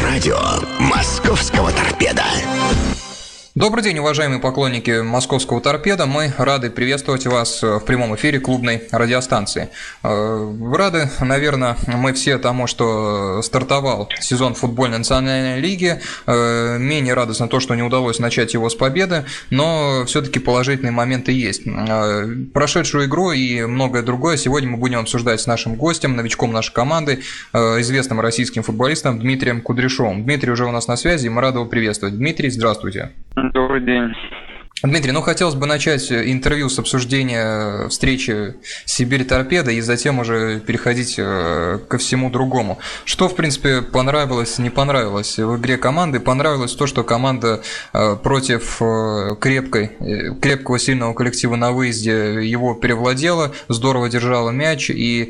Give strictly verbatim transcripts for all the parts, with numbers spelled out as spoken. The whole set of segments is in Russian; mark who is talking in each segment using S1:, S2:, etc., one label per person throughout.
S1: Радио Московского торпеда.
S2: Добрый день, уважаемые поклонники московского торпеда. Мы рады приветствовать вас в прямом эфире клубной радиостанции. Рады, наверное, мы все тому, что стартовал сезон футбольной национальной лиги. Менее радостно то, что не удалось начать его с победы, но все-таки положительные моменты есть. Прошедшую игру и многое другое сегодня мы будем обсуждать с нашим гостем, новичком нашей команды, известным российским футболистом Дмитрием Кудряшовым. Дмитрий уже у нас на связи, и мы рады его приветствовать. Дмитрий, здравствуйте.
S3: Добрый день.
S2: Дмитрий, ну хотелось бы начать интервью с обсуждения встречи Сибирь-Торпедо и затем уже переходить ко всему другому. Что, в принципе, понравилось, не понравилось в игре команды? Понравилось то, что команда против крепкой, крепкого, сильного коллектива на выезде его перевладела, здорово держала мяч, и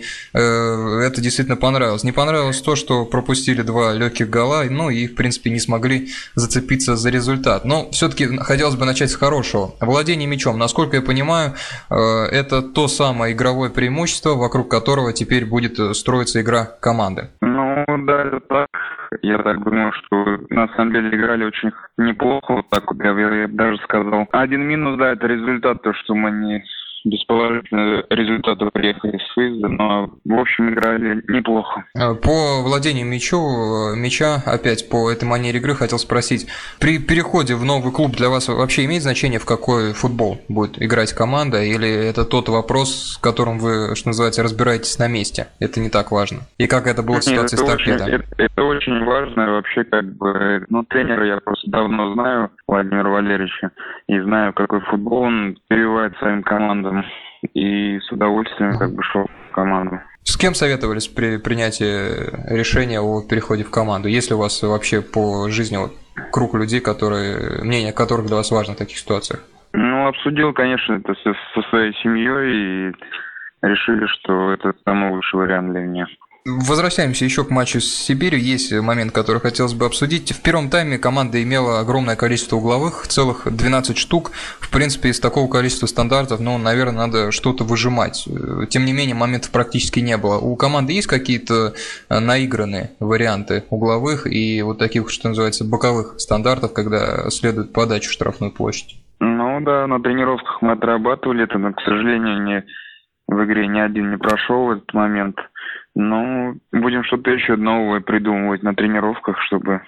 S2: это действительно понравилось. Не понравилось то, что пропустили два легких гола, ну и, в принципе, не смогли зацепиться за результат. Но все-таки хотелось бы начать с хорошего. Владение мячом, насколько я понимаю, это то самое игровое преимущество, вокруг которого теперь будет строиться игра команды.
S3: Ну да, это так. Я так думаю, что на самом деле играли очень неплохо. Вот так вот я, я даже сказал. Один минус, да, это результат, то, что мы не без положительного результата приехали с выезда, но в общем играли неплохо.
S2: По владению мячу, мяча, опять по этой манере игры хотел спросить, при переходе в новый клуб для вас вообще имеет значение, в какой футбол будет играть команда, или это тот вопрос, с которым вы, что называется, разбираетесь на месте? Это не так важно. И как это было в ситуации
S3: Нет,
S2: с Торпедо?
S3: Это, это очень важно, вообще как бы, ну тренера я просто давно знаю, Владимира Валерьевича, и знаю, какой футбол он прививает своим командам. И с удовольствием как бы шел в команду.
S2: С кем советовались при принятии решения о переходе в команду? Есть ли у вас вообще по жизни вот круг людей, которые, мнение которых для вас важно в таких ситуациях?
S3: Ну, обсудил, конечно, это со, со своей семьей и решили, что это самый лучший вариант для меня.
S2: Возвращаемся еще к матчу с Сибирью. Есть момент, который хотелось бы обсудить. В первом тайме команда имела огромное количество угловых, целых двенадцать штук. В принципе, из такого количества стандартов, ну, наверное, надо что-то выжимать. Тем не менее, моментов практически не было. У команды есть какие-то наигранные варианты угловых и вот таких, что называется, боковых стандартов, когда следует подача в штрафную площадь?
S3: Ну да, на тренировках мы отрабатывали это, но, к сожалению, не, в игре ни один не прошел этот момент. Ну, будем что-то еще новое придумывать на тренировках, чтобы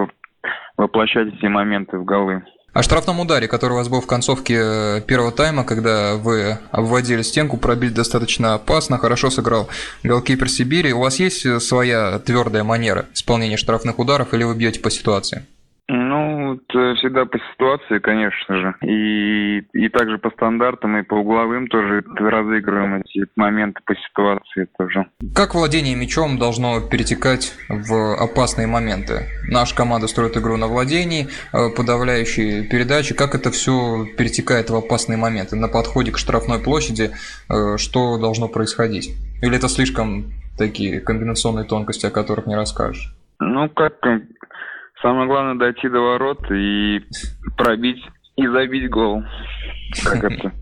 S3: воплощать эти моменты в голы.
S2: О штрафном ударе, который у вас был в концовке первого тайма, когда вы обводили стенку, пробили достаточно опасно, хорошо сыграл голкипер Сибири. У вас есть своя твердая манера исполнения штрафных ударов или вы бьете по ситуации?
S3: Ну, это всегда по ситуации, конечно же. И, и также по стандартам, и по угловым тоже разыгрываем эти моменты по ситуации тоже.
S2: Как владение мячом должно перетекать в опасные моменты? Наша команда строит игру на владении, подавляющие передачи. Как это все перетекает в опасные моменты? На подходе к штрафной площади что должно происходить? Или это слишком такие комбинационные тонкости, о которых не расскажешь?
S3: Ну, как... Самое главное дойти до ворот и пробить и забить гол. Как это?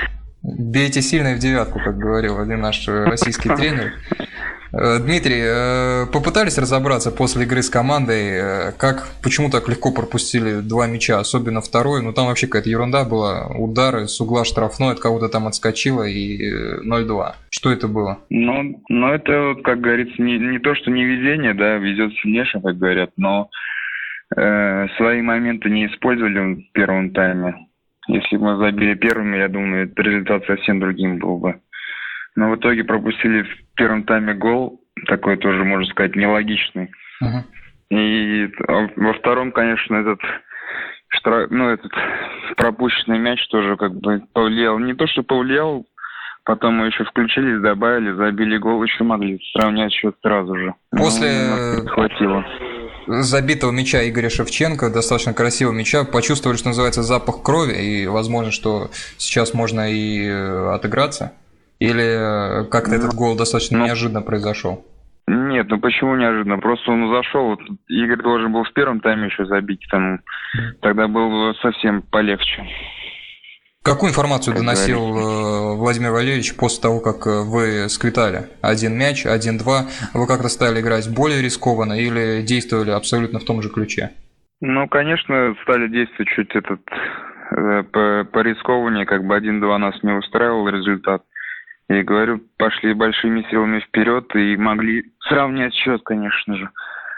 S2: Бейте сильно и в девятку, как говорил один наш российский тренер. Дмитрий, попытались разобраться после игры с командой, как, почему так легко пропустили два мяча, особенно второй, ну там вообще какая-то ерунда была, удары с угла штрафной, от кого-то там отскочило и ноль-два. Что это было? Ну,
S3: ну это, как говорится, не, не то, что не везение, да, везет сильнейшим, как говорят, но э, свои моменты не использовали в первом тайме. Если бы мы забили первыми, я думаю, результат совсем другим был бы. Но в итоге пропустили в первом тайме гол, такой тоже, можно сказать, нелогичный. Uh-huh. И во втором, конечно, этот, штраф, ну, этот пропущенный мяч тоже как бы повлиял. Не то, что повлиял, потом мы еще включились, добавили, забили гол, еще могли сравнять счет сразу же.
S2: После
S3: ну, хватило.
S2: забитого мяча Игоря Шевченко, достаточно красивого мяча, почувствовали, что называется, запах крови, и возможно, что сейчас можно и отыграться? Или как-то ну, этот гол достаточно ну, неожиданно произошел?
S3: Нет, ну почему неожиданно? Просто он зашел. Вот Игорь должен был в первом тайме еще забить, там, тогда было совсем полегче.
S2: Какую информацию
S3: как
S2: доносил
S3: говорится.
S2: э, Владимир Валерьевич после того, как э, вы сквитали один мяч, один-два? Вы как-то стали играть более рискованно или действовали абсолютно в том же ключе?
S3: Ну, конечно, стали действовать чуть этот э, по, по рискованнее, как бы один-два нас не устраивал результат. И говорю, пошли большими силами вперед и могли сравнять счет, конечно же.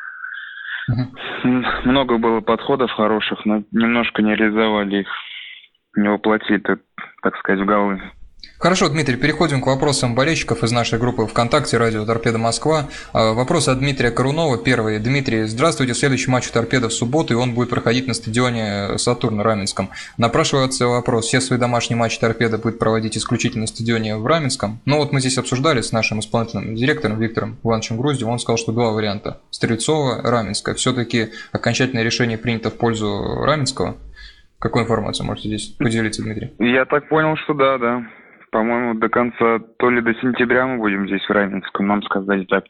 S3: Uh-huh. Много было подходов хороших, но немножко не реализовали их, не воплотили, так, так сказать, в голы.
S2: Хорошо, Дмитрий, переходим к вопросам болельщиков из нашей группы ВКонтакте «Радио Торпедо Москва». Вопрос от Дмитрия Корунова. Первый. Дмитрий, здравствуйте. Следующий матч у Торпедо в субботу, и он будет проходить на стадионе «Сатурн» в Раменском. Напрашивается вопрос, все свои домашние матчи Торпедо будет проводить исключительно на стадионе в Раменском. Но вот мы здесь обсуждали с нашим исполнительным директором Виктором Ивановичем Груздевым, он сказал, что два варианта. Стрельцова, Раменское. Все-таки окончательное решение принято в пользу Раменского. Какую информацию можете здесь поделиться, Дмитрий?
S3: Я так понял, что да, да. По-моему, до конца, то ли до сентября мы будем здесь в Раменском, нам сказали так.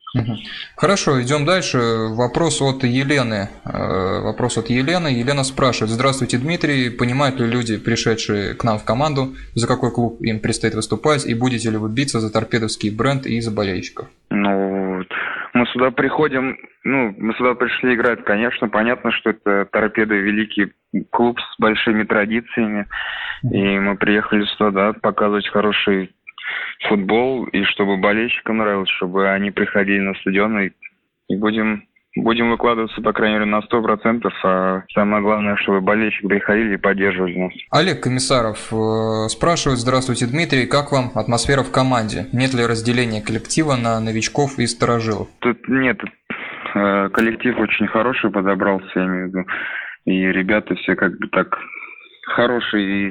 S2: Хорошо, идем дальше. Вопрос от Елены. Вопрос от Елены. Елена спрашивает. Здравствуйте, Дмитрий. Понимают ли люди, пришедшие к нам в команду, за какой клуб им предстоит выступать, и будете ли вы биться за торпедовский бренд и за болельщиков?
S3: Ну, мы сюда приходим, ну, мы сюда пришли играть, конечно, понятно, что это Торпедо великий клуб с большими традициями, и мы приехали сюда, да, показывать хороший футбол, и чтобы болельщикам нравилось, чтобы они приходили на стадион, и, и будем, будем выкладываться, по крайней мере, на сто процентов, а самое главное, чтобы болельщики приходили и поддерживали нас.
S2: Олег Комиссаров э, спрашивает. Здравствуйте, Дмитрий. Как вам атмосфера в команде? Нет ли разделения коллектива на новичков и старожилов?
S3: Тут нет. Э, коллектив очень хороший подобрался, я имею в виду. И ребята все как бы так хорошие. И,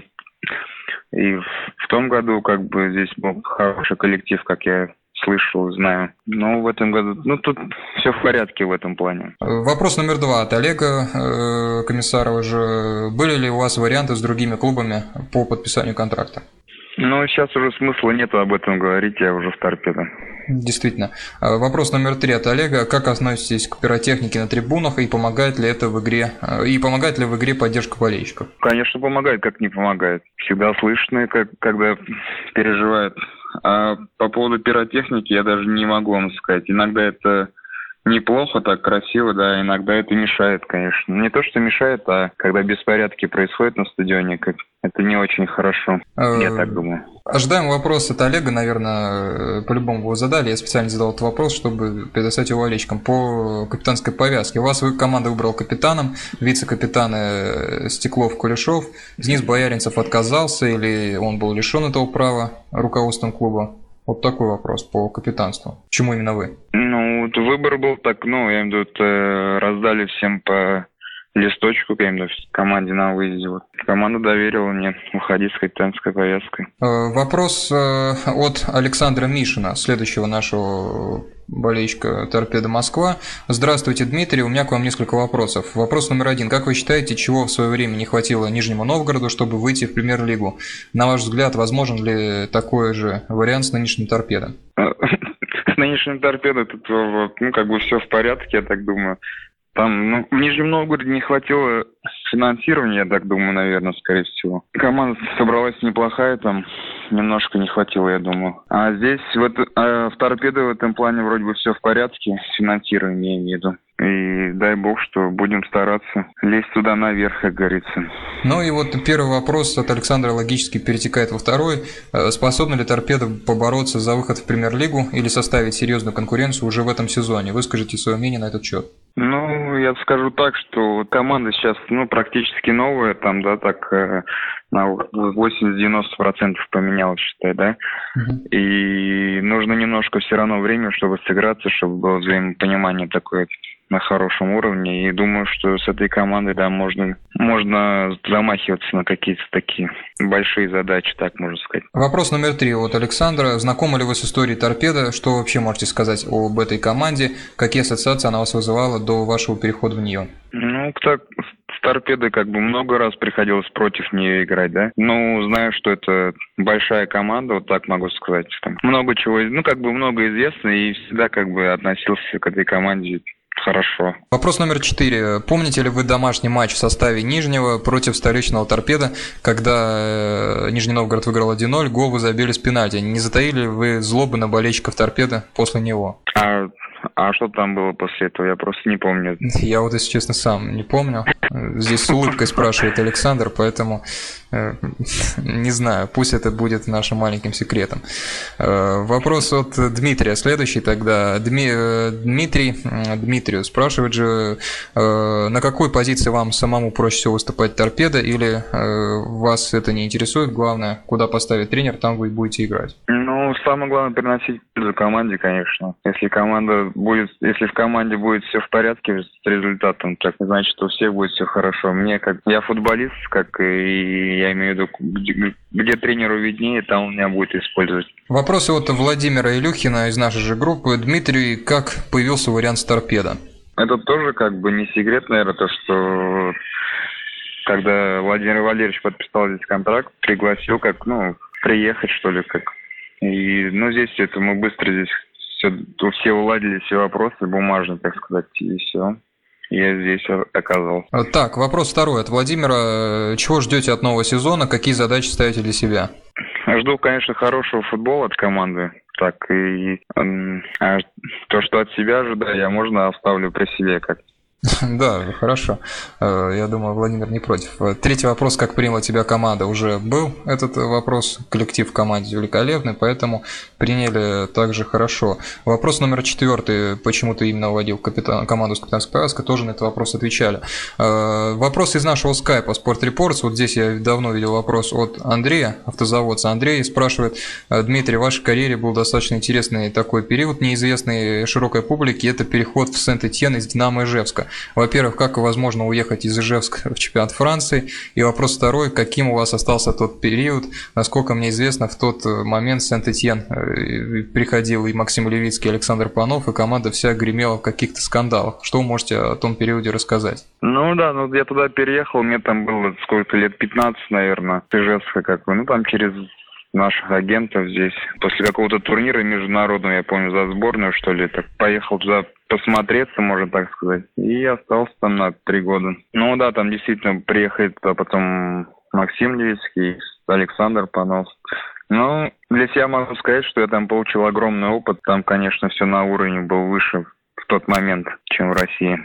S3: и в том году как бы здесь был хороший коллектив, как я слышал, знаю. Но в этом году, ну, тут все в порядке в этом плане.
S2: Вопрос номер два от Олега э, Комиссарова же. Были ли у вас варианты с другими клубами по подписанию контракта?
S3: Ну, сейчас уже смысла нету об этом говорить, я уже в Торпедо.
S2: Действительно. Вопрос номер три от Олега. Как относитесь к пиротехнике на трибунах и помогает ли это в игре, и помогает ли в игре поддержка болельщиков?
S3: Конечно, помогает, как не помогает. Всегда слышно, как, когда переживают. А по поводу пиротехники я даже не могу вам сказать. Иногда это неплохо, так красиво, да, иногда это мешает, конечно. Не то, что мешает, а когда беспорядки происходят на стадионе, как это не очень хорошо, я так думаю.
S2: Ожидаем вопрос от Олега, наверное, по-любому его задали. Я специально задал этот вопрос, чтобы предоставить его болельщикам. По капитанской повязке. У вас команда выбрал капитаном, вице-капитаны Стеклов, Кулешов. Денис Бояринцев отказался или он был лишен этого права руководством клуба? Вот такой вопрос по капитанству. Почему именно вы?
S3: Ну, вот выбор был так, ну, я имею в виду, раздали всем по листочку, я имею в виду, команде на выезде. Вот. Команда доверила мне уходить с капитанской повязкой.
S2: Вопрос от Александра Мишина, следующего нашего болельщика Торпедо Москва. Здравствуйте, Дмитрий, у меня к вам несколько вопросов. Вопрос номер один. Как вы считаете, чего в свое время не хватило Нижнему Новгороду, чтобы выйти в Премьер-лигу? На ваш взгляд, возможен ли такой же вариант с нынешним Торпедо?
S3: С нынешним Торпедо тут, ну, как бы все в порядке, я так думаю. Там, ну, в Нижнем Новгороде не хватило финансирования, я так думаю, наверное, скорее всего. Команда собралась неплохая, там немножко не хватило, я думаю. А здесь, в, это, а в Торпедо в этом плане вроде бы все в порядке, с финансированием, я имею в виду. И дай бог, что будем стараться лезть туда наверх, как говорится.
S2: Ну и вот первый вопрос от Александра логически перетекает во второй. Способна ли Торпедо побороться за выход в Премьер-лигу или составить серьезную конкуренцию уже в этом сезоне? Выскажите свое мнение на этот счет.
S3: Ну, я скажу так, что команда сейчас, ну, практически новая, там, да, так, э, на восемьдесят-девяносто процентов поменялась, считай, да. Uh-huh. И нужно немножко все равно время, чтобы сыграться, чтобы было взаимопонимание такое на хорошем уровне. И думаю, что с этой командой, да, можно, можно замахиваться на какие-то такие большие задачи, так можно сказать.
S2: Вопрос номер три от Александра. Знакомы ли вы с историей Торпедо? Что вообще можете сказать об этой команде? Какие ассоциации она вас вызывала до вашего перехода в нее?
S3: Ну, так, с Торпедо как бы много раз приходилось против нее играть, да. Ну, знаю, что это большая команда, вот так могу сказать. Там много чего, ну, как бы много известно, и всегда как бы относился к этой команде хорошо.
S2: Вопрос номер четыре. Помните ли вы домашний матч в составе Нижнего против столичного Торпеда, когда Нижний Новгород выиграл один ноль, гол вы забили с пенальти? Не затаили вы злобы на болельщиков Торпеда после него?
S3: А, а что там было после этого? Я просто не помню.
S2: Я вот, если честно, сам не помню. Здесь с улыбкой спрашивает Александр, поэтому э, не знаю, пусть это будет нашим маленьким секретом. Э, вопрос от Дмитрия. Следующий тогда. Дми, э, Дмитрий, э, Дмитрию спрашивает же, э, на какой позиции вам самому проще всего выступать Торпедо, или э, вас это не интересует? Главное, куда поставит тренер, там вы будете играть.
S3: Ну, самое главное приносить пользу команде, конечно. Если команда будет, если в команде будет все в порядке с результатом, так значит, что у всех будет все хорошо. Мне как я футболист, как и я имею в виду, где, где тренеру виднее, там у меня будет использовать.
S2: Вопрос от Владимира Илюхина из нашей же группы. Дмитрий, как появился вариант с Торпедо?
S3: Это тоже как бы не секрет, наверное, то, что когда Владимир Валерьевич подписал здесь контракт, пригласил как, ну, приехать, что ли, как. И, ну, здесь это мы быстро здесь все, все уладили все вопросы бумажные, так сказать, и все. Я здесь оказался.
S2: Так, вопрос второй от Владимира. Чего ждете от нового сезона? Какие задачи ставите для себя?
S3: Жду, конечно, хорошего футбола от команды. Так, и а то, что от себя ожидаю, я, можно, оставлю при себе как.
S2: Да, хорошо. Я думаю, Владимир не против. Третий вопрос, как приняла тебя команда, уже был этот вопрос. Коллектив в команде великолепный, поэтому приняли также хорошо. Вопрос номер четвертый, почему ты именно вводил капитан, команду с капитанской повязкой, тоже на этот вопрос отвечали. Вопрос из нашего скайпа Sport Reports. Вот здесь я давно видел вопрос от Андрея, автозаводца. Андрей спрашивает: Дмитрий, в вашей карьере был достаточно интересный такой период, неизвестный широкой публике, это переход в Сент-Этьен из Динамо Ижевска. Во-первых, как возможно уехать из Ижевска в чемпионат Франции? И вопрос второй, каким у вас остался тот период? Насколько мне известно, в тот момент в Сент-Этьен приходил и Максим Левицкий, и Александр Панов, и команда вся гремела в каких-то скандалах. Что вы можете о том периоде рассказать?
S3: Ну да, ну я туда переехал, мне там было сколько лет, пятнадцать, наверное, с Ижевска как бы, ну там через наших агентов здесь. После какого-то турнира международного, я помню, за сборную, что ли, так поехал туда посмотреться, можно так сказать, и остался там на три года. Ну да, там действительно приехали туда потом Максим Левицкий, Александр Панов. Ну, для себя могу сказать, что я там получил огромный опыт. Там, конечно, все на уровне был выше в тот момент, чем в России.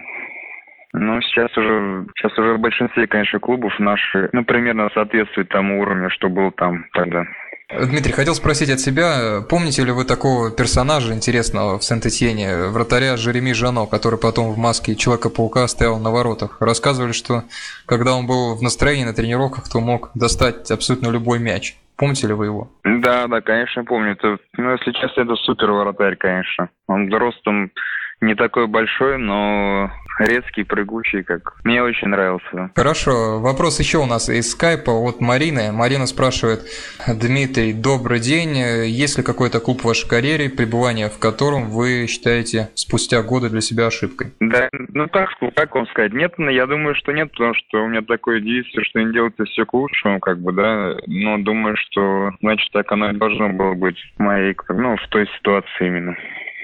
S3: Ну, сейчас уже, сейчас уже в большинстве, конечно, клубов наши, ну, примерно соответствует тому уровню, что был там тогда.
S2: Дмитрий, хотел спросить от себя, помните ли вы такого персонажа интересного в Сент-Этьене, вратаря Жереми Жано, который потом в маске Человека-паука стоял на воротах? Рассказывали, что когда он был в настроении на тренировках, то мог достать абсолютно любой мяч. Помните ли вы его? Да,
S3: да, конечно, помню. Это, ну, если честно, это супер вратарь, конечно. Он ростом не такой большой, но резкий, прыгучий, как мне очень нравился.
S2: Хорошо. Вопрос еще у нас из скайпа от Марины. Марина спрашивает: Дмитрий, добрый день. Есть ли какой-то клуб в вашей карьере, пребывание в котором вы считаете спустя годы для себя ошибкой?
S3: Да, ну так, как вам сказать, нет, я думаю, что нет, потому что у меня такое девиз, что не делается все к лучшему, как бы, да, но думаю, что, значит, так оно и должно было быть в моей, ну, в той ситуации именно.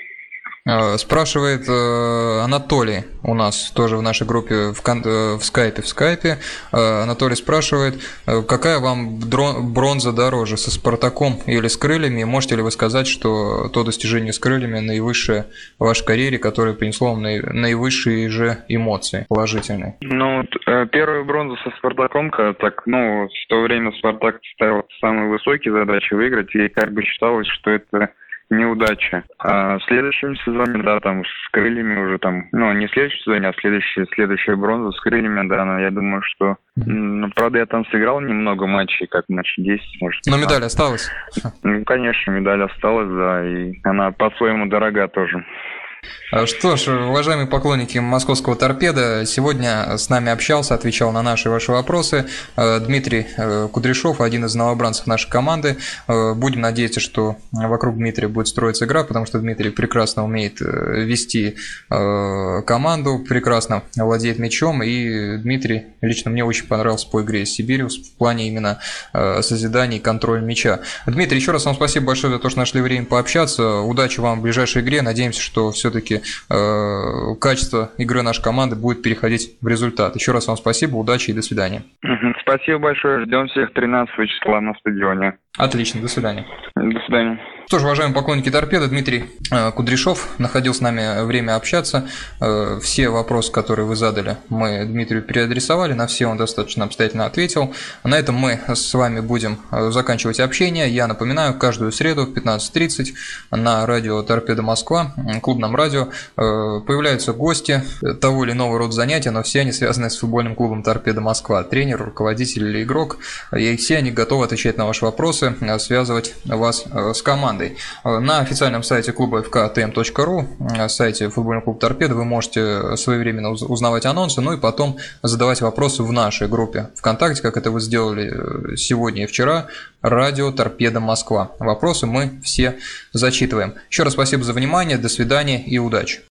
S2: Спрашивает э, Анатолий у нас тоже в нашей группе в, кон- в скайпе. В скайпе э, Анатолий спрашивает, э, какая вам дрон- бронза дороже, со Спартаком или с крыльями? Можете ли вы сказать, что то достижение с крыльями наивысшее в вашей карьере, которое принесло вам наи- наивысшие же эмоции положительные?
S3: Ну, э, первую бронзу со Спартаком, когда так, ну, в то время Спартак ставил самые высокие задачи выиграть, и как бы считалось, что это неудача. А в следующем сезоне, да, там с крыльями уже там, ну, не в следующем сезоне, а в следующий, следующая бронза с крыльями, да, но я думаю, что, ну, правда, я там сыграл немного матчей, как матч десять, может.
S2: Но медаль осталась?
S3: Ну, конечно, медаль осталась, да, и она по-своему дорога тоже.
S2: Что ж, уважаемые поклонники московского торпеда, сегодня с нами общался, отвечал на наши и ваши вопросы Дмитрий Кудряшов, один из новобранцев нашей команды. Будем надеяться, что вокруг Дмитрия будет строиться игра, потому что Дмитрий прекрасно умеет вести команду, прекрасно владеет мячом, и Дмитрий лично мне очень понравился по игре с Сибирью в плане именно созидания и контроля мяча. Дмитрий, еще раз вам спасибо большое за то, что нашли время пообщаться. Удачи вам в ближайшей игре, надеемся, что все все-таки э, качество игры нашей команды будет переходить в результат. Еще раз вам спасибо, удачи и до свидания.
S3: Спасибо большое, ждем всех тринадцатого числа на стадионе.
S2: Отлично, до свидания.
S3: До свидания.
S2: Что ж, уважаемые поклонники «Торпеды», Дмитрий э, Кудряшов находил с нами время общаться. Э, все вопросы, которые вы задали, мы Дмитрию переадресовали, на все он достаточно обстоятельно ответил. На этом мы с вами будем заканчивать общение. Я напоминаю, каждую среду в пятнадцать тридцать на радио «Торпеда Москва», клубном радио, э, появляются гости того или иного рода занятия, но все они связаны с футбольным клубом «Торпеда Москва». Тренер, руководитель или игрок, и все они готовы отвечать на ваши вопросы, связывать вас с командой. На официальном сайте клуба эф ка тэ эм точка ру, сайте футбольного клуба «Торпеда», вы можете своевременно узнавать анонсы, ну и потом задавать вопросы в нашей группе ВКонтакте, как это вы сделали сегодня и вчера, радио «Торпеда Москва». Вопросы мы все зачитываем. Еще раз спасибо за внимание, до свидания и удачи.